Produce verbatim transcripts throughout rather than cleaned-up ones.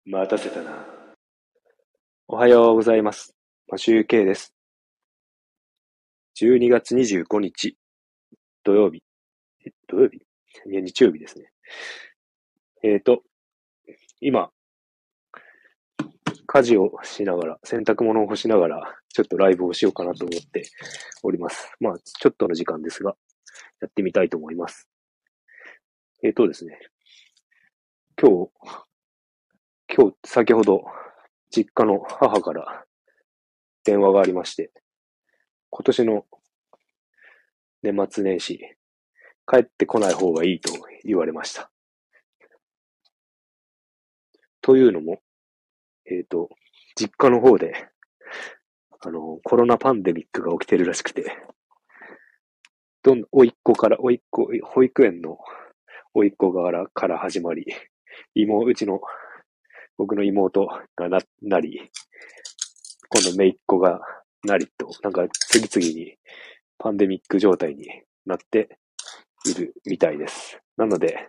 待たせたな。おはようございます。マシューケイです。じゅうにがつにじゅうごにち土曜日。え土曜日いや、日曜日ですね。えーと、今、家事をしながら、洗濯物を干しながら、ちょっとライブをしようかなと思っております。まあ、ちょっとの時間ですが、やってみたいと思います。えーとですね、今日、今日、先ほど、実家の母から電話がありまして、今年の年末年始、帰ってこない方がいいと言われました。というのも、えっと、実家の方で、あの、コロナパンデミックが起きてるらしくて、どん、おいっ子から、おいっ子、保育園のおいっ子からから始まり、妹、うちの、僕の妹がな、なり、今度姪っ子がなりと、なんか次々にパンデミック状態になっているみたいです。なので、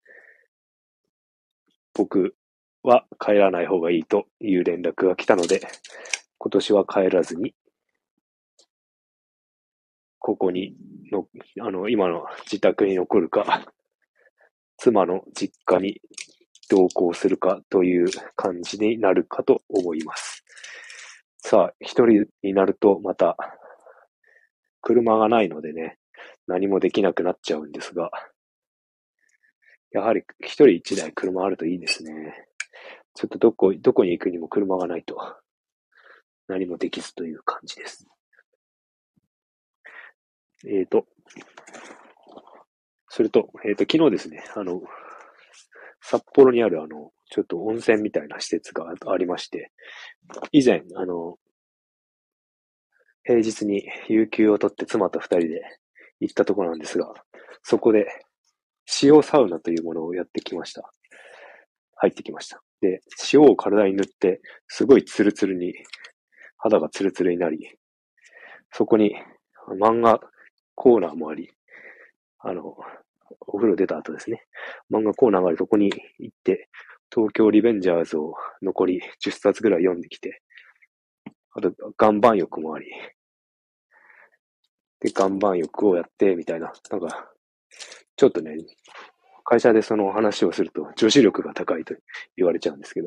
僕は帰らない方がいいという連絡が来たので、今年は帰らずに、ここにの、あの、今の自宅に残るか、妻の実家に同行するかという感じになるかと思います。さあ、一人になるとまた、車がないのでね、何もできなくなっちゃうんですが、やはり一人一台車あるといいですね。ちょっとどこ、どこに行くにも車がないと何もできずという感じです。えーと、それと、えーと、昨日ですね、あの、札幌にあるあの、ちょっと温泉みたいな施設がありまして、以前、あの、平日に有給を取って妻と二人で行ったところなんですが、そこで塩サウナというものをやってきました。入ってきました。で、塩を体に塗って、すごいツルツルに、肌がツルツルになり、そこに漫画コーナーもあり、あの、お風呂出た後ですね、漫画コーナーがあるとこに行って、東京リベンジャーズを残りじゅっさつぐらい読んできて、あと岩盤浴もあり、で、岩盤浴をやって、みたいな、なんか、ちょっとね、会社でその話をすると女子力が高いと言われちゃうんですけど、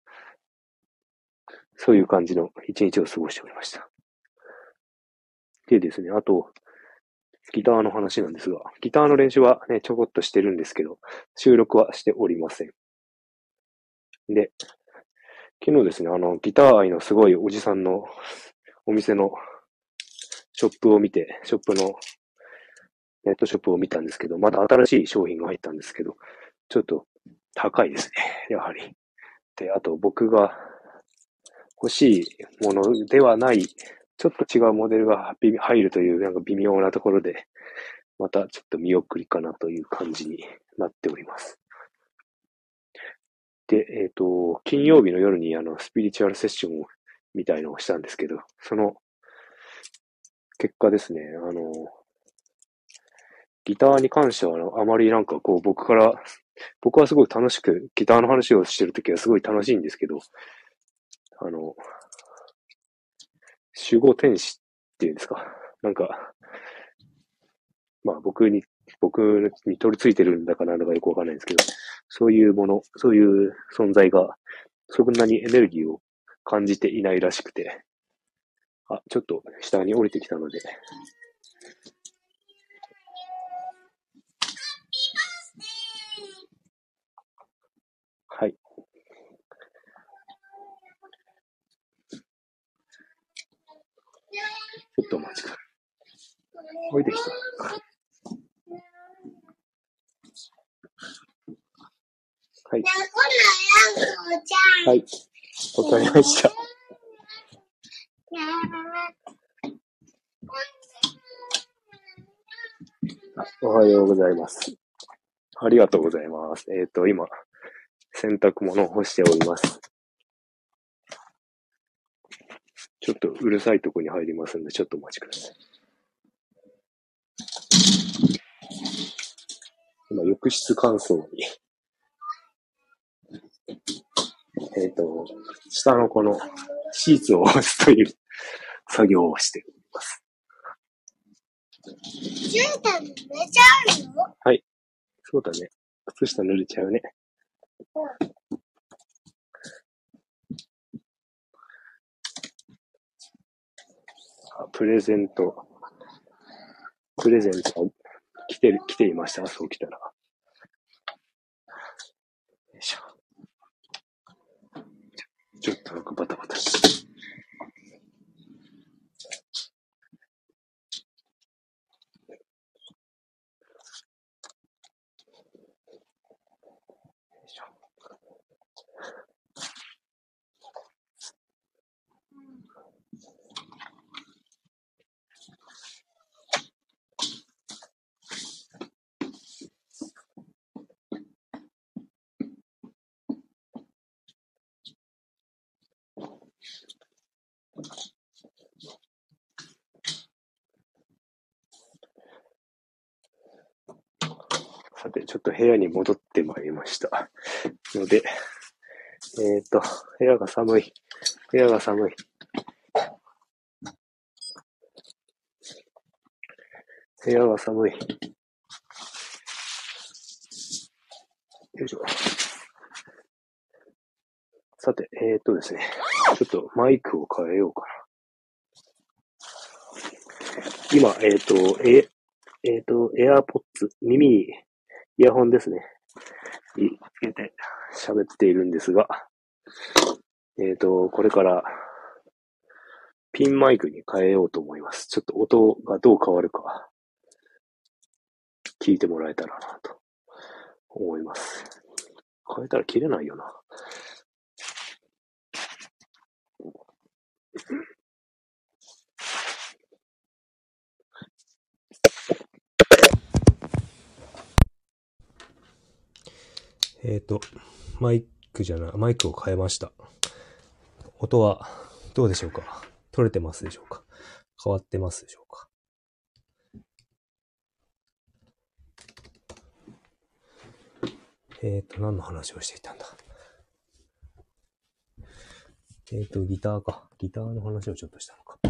そういう感じの一日を過ごしておりました。でですね、あと、ギターの話なんですが、ギターの練習はね、ちょこっとしてるんですけど、収録はしておりません。で、昨日ですね、あの、ギター愛のすごいおじさんのお店のショップを見て、ショップのネットショップを見たんですけど、また新しい商品が入ったんですけど、ちょっと高いですね、やはり。で、あと僕が欲しいものではない、ちょっと違うモデルが入るというなんか微妙なところで、またちょっと見送りかなという感じになっております。で、えっと、金曜日の夜にあの、スピリチュアルセッションをみたいのをしたんですけど、その結果ですね、あの、ギターに関してはあの、あまりなんかこう僕から、僕はすごい楽しくギターの話をしてるときはすごい楽しいんですけど、あの、守護天使っていうんですか。なんか、まあ僕に、僕に取り付いてるんだかなんだかよくわかんないんですけど、そういうもの、そういう存在が、そんなにエネルギーを感じていないらしくて、あ、ちょっと下に降りてきたので、はい。ちょっとお待ちください。降りてきた。はい。はい。わかりました。おはようございます。ありがとうございます。えっと、今、洗濯物を干しております。ちょっとうるさいところに入りますので、ちょっとお待ちください。今、浴室乾燥にえっと、下のこのシーツを押すという作業をしています。 じゅうたん濡れちゃうの？ はい。そうだね。靴下濡れちゃうね。 うん。 あ、プレゼント、プレゼントが来てる、来ていました。そう来たら。よいしょ。ちょっとなんかバタバタして。さて、ちょっと部屋に戻ってまいりました。ので、えっと、部屋が寒い。部屋が寒い。部屋が寒い。よいしょ。さて、えっとですね。ちょっとマイクを変えようかな。今、えっと、え、えっと、AirPods、耳にイヤホンですね。につけて喋っているんですが、えっと、これからピンマイクに変えようと思います。ちょっと音がどう変わるか聞いてもらえたらなと思います。変えたら切れないよな。えっと、マイクじゃない、マイクを変えました。音はどうでしょうか？取れてますでしょうか？変わってますでしょうか？えっと、何の話をしていたんだ？えっと、ギターか。ギターの話をちょっとしたのか。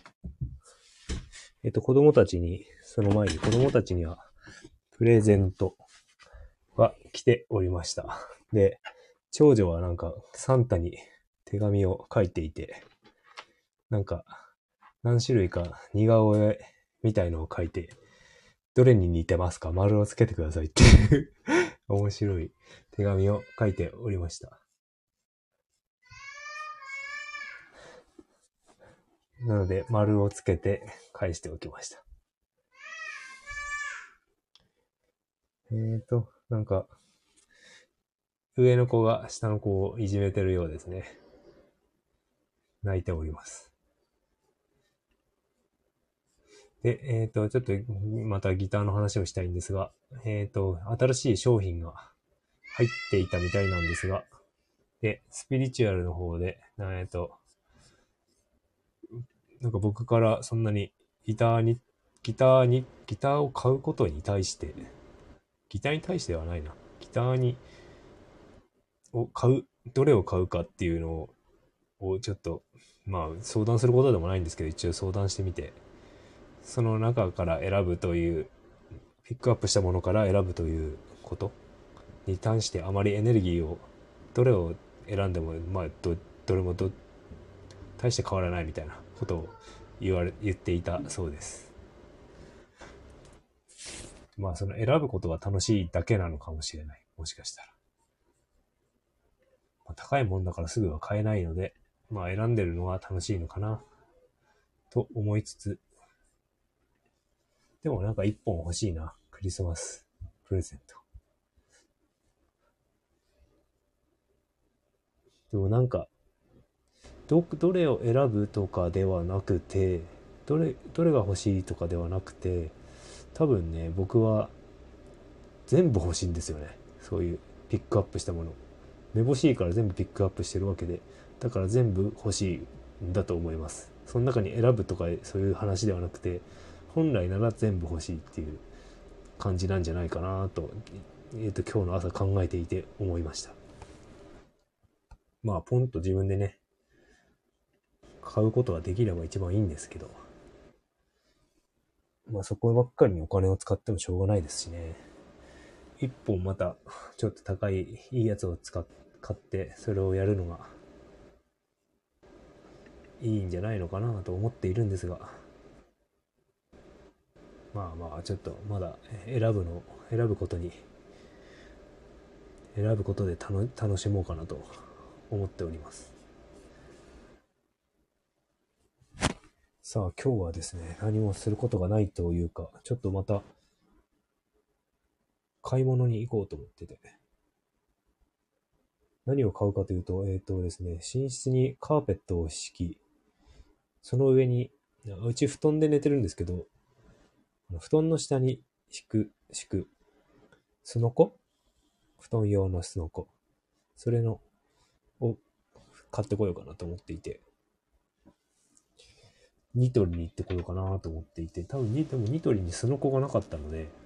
えっと、子供たちに、その前に子供たちには、プレゼントが来ておりました。で、長女はなんか、サンタに手紙を書いていて、なんか、何種類か似顔絵みたいのを書いて、どれに似てますか？丸をつけてくださいっていう面白い手紙を書いておりました。なので、丸をつけて返しておきました。えーと、なんか、上の子が下の子をいじめてるようですね。泣いております。で、えっと、ちょっとまたギターの話をしたいんですが、えっと、新しい商品が入っていたみたいなんですが、で、スピリチュアルの方で、えっと、なんか僕からそんなにギターに、ギターに、ギターを買うことに対して、ギターに対してはないな。ギターに、を買う、どれを買うかっていうのを、をちょっと、まあ相談することでもないんですけど、一応相談してみて、その中から選ぶという、ピックアップしたものから選ぶということに対してあまりエネルギーを、どれを選んでも、まあ、ど、どれもど、大して変わらないみたいなことを言われ、言っていたそうです。まあ、その選ぶことが楽しいだけなのかもしれない。もしかしたら。まあ、高いもんだからすぐは買えないので、まあ、選んでるのは楽しいのかな、と思いつつ、でもなんか一本欲しいな。クリスマスプレゼント。でもなんか、ど、どれを選ぶとかではなくて、どれ、どれが欲しいとかではなくて、多分ね、僕は全部欲しいんですよね。そういうピックアップしたもの。めぼしいから全部ピックアップしてるわけで、だから全部欲しいんだと思います。その中に選ぶとかそういう話ではなくて、本来なら全部欲しいっていう感じなんじゃないかなと、えっと、今日の朝考えていて思いました。 まあポンと自分でね買うことができれば一番いいんですけど、まあそこばっかりにお金を使ってもしょうがないですしね。一本またちょっと高いいいやつを使っ買ってそれをやるのがいいんじゃないのかなと思っているんですが、まあまあちょっとまだ選ぶの選ぶことに選ぶことで楽楽しもうかなと思っております。さあ今日はですね、何もすることがないというか、ちょっとまた買い物に行こうと思ってて、何を買うかというと、えっとですね、寝室にカーペットを敷き、その上に、うち布団で寝てるんですけど、布団の下に敷く、敷く、すのこ布団用のすのこ。それの、を買ってこようかなと思っていて、ニトリに行ってこようかなと思っていて、多分に、でもニトリにすのこがなかったので、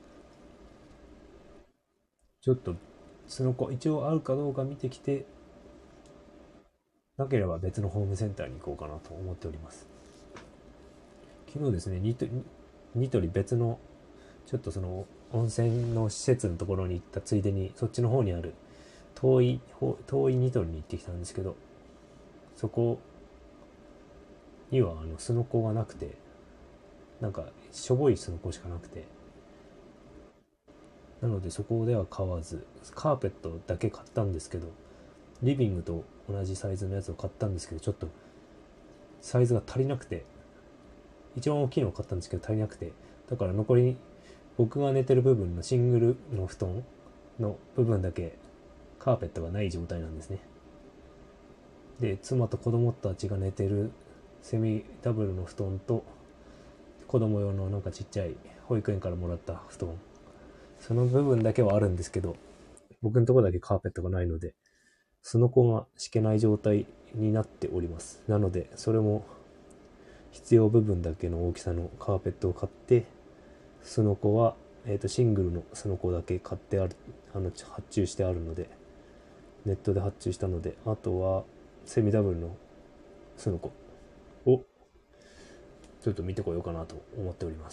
ちょっと、すのこ、一応あるかどうか見てきて、なければ別のホームセンターに行こうかなと思っております。昨日ですね、ニトリ、ニトリ別の、ちょっとその、温泉の施設のところに行ったついでに、そっちの方にある、遠い、遠いニトリに行ってきたんですけど、そこには、あの、すのこがなくて、なんか、しょぼいすのこしかなくて、なのでそこでは買わず、カーペットだけ買ったんですけど、リビングと同じサイズのやつを買ったんですけど、ちょっとサイズが足りなくて、一番大きいのを買ったんですけど足りなくて、だから残り僕が寝てる部分のシングルの布団の部分だけカーペットがない状態なんですね。で、妻と子供たちが寝てるセミダブルの布団と子供用のなんかちっちゃい保育園からもらった布団、その部分だけはあるんですけど、僕のところだけカーペットがないので、すのこが敷けない状態になっております。なので、それも必要部分だけの大きさのカーペットを買って、すのこは、えーと、シングルのすのこだけ買ってある、あの発注してあるので、ネットで発注したので、あとはセミダブルのすのこをちょっと見てこようかなと思っております。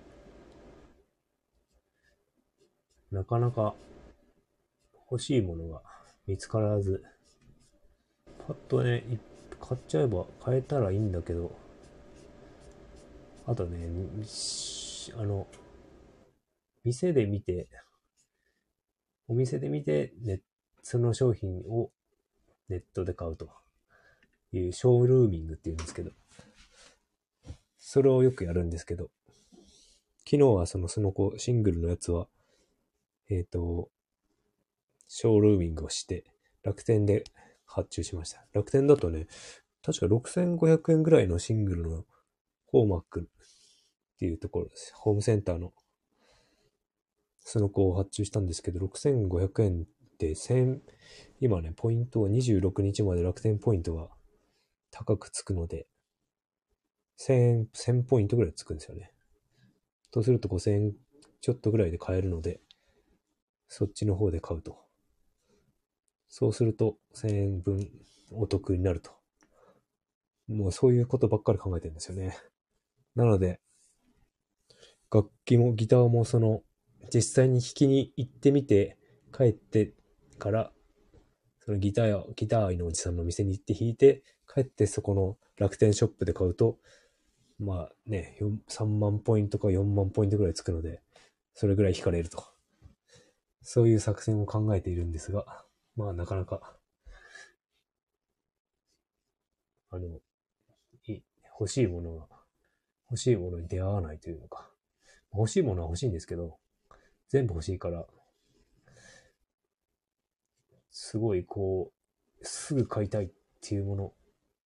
なかなか欲しいものが見つからず、パッとね、買っちゃえば買えたらいいんだけど、あとね、あの、店で見て、お店で見て、ね、その商品をネットで買うというショールーミングっていうんですけど、それをよくやるんですけど、昨日はそのその子シングルのやつは、えっと、ショールーミングをして楽天で発注しました。楽天だとね、確かろくせんごひゃくえんぐらいのシングルのホーマックっていうところです。ホームセンターのその子を発注したんですけど、ろくせんごひゃくえんってせん、今ね、ポイントはにじゅうろくにちまで楽天ポイントが高くつくので、せん、せんポイントぐらいつくんですよね。とするとごせんえんちょっとぐらいで買えるので、そっちの方で買うと。そうするとせんえんぶんお得になると。もうそういうことばっかり考えてるんですよね。なので、楽器もギターもその、実際に弾きに行ってみて、帰ってから、そのギターや、ギター愛のおじさんの店に行って弾いて、帰ってそこの楽天ショップで買うと、まあね、さんまんポイントかよんまんポイントぐらいつくので、それぐらい引かれると。そういう作戦を考えているんですが、まあなかなか、あの、欲しいものが、欲しいものに出会わないというのか。欲しいものは欲しいんですけど、全部欲しいから、すごいこう、すぐ買いたいっていうもの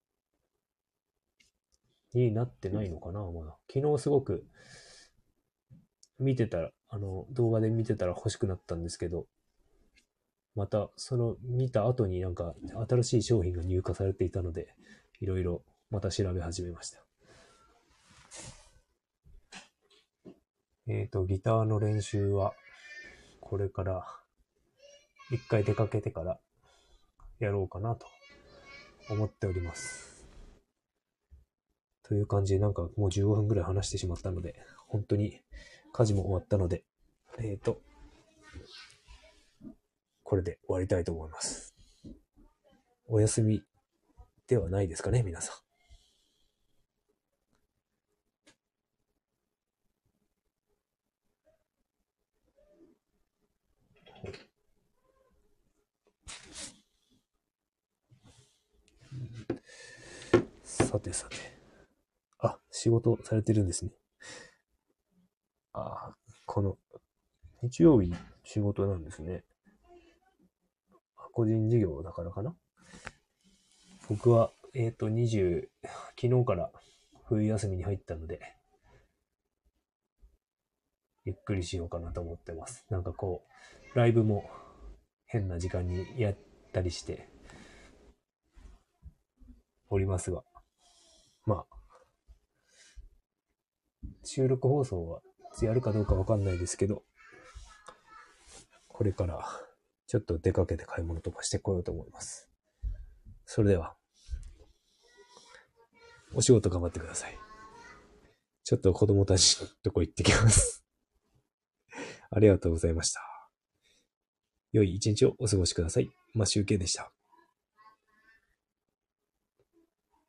になってないのかな、まだ。昨日すごく見てたら、あの、動画で見てたら欲しくなったんですけど、また、その見た後になんか新しい商品が入荷されていたので、いろいろまた調べ始めました。えっと、ギターの練習は、これから、一回出かけてからやろうかなと思っております。という感じで、なんかもうじゅうごふんぐらい話してしまったので、本当に家事も終わったので、えっと、これで終わりたいと思います。お休みではないですかね、皆さん。さてさて。あ、仕事されてるんですね。あ、この、日曜日仕事なんですね。個人事業だからかな。僕は、えっと、にじゅう、昨日から冬休みに入ったので、ゆっくりしようかなと思ってます。なんかこう、ライブも変な時間にやったりしておりますが、まあ、収録放送はやるかどうかわかんないですけど、これからちょっと出かけて買い物とかしてこようと思います。それでは、お仕事頑張ってください。ちょっと子供たちのとこ行ってきます。ありがとうございました。良い一日をお過ごしください。マッシュウケイでした。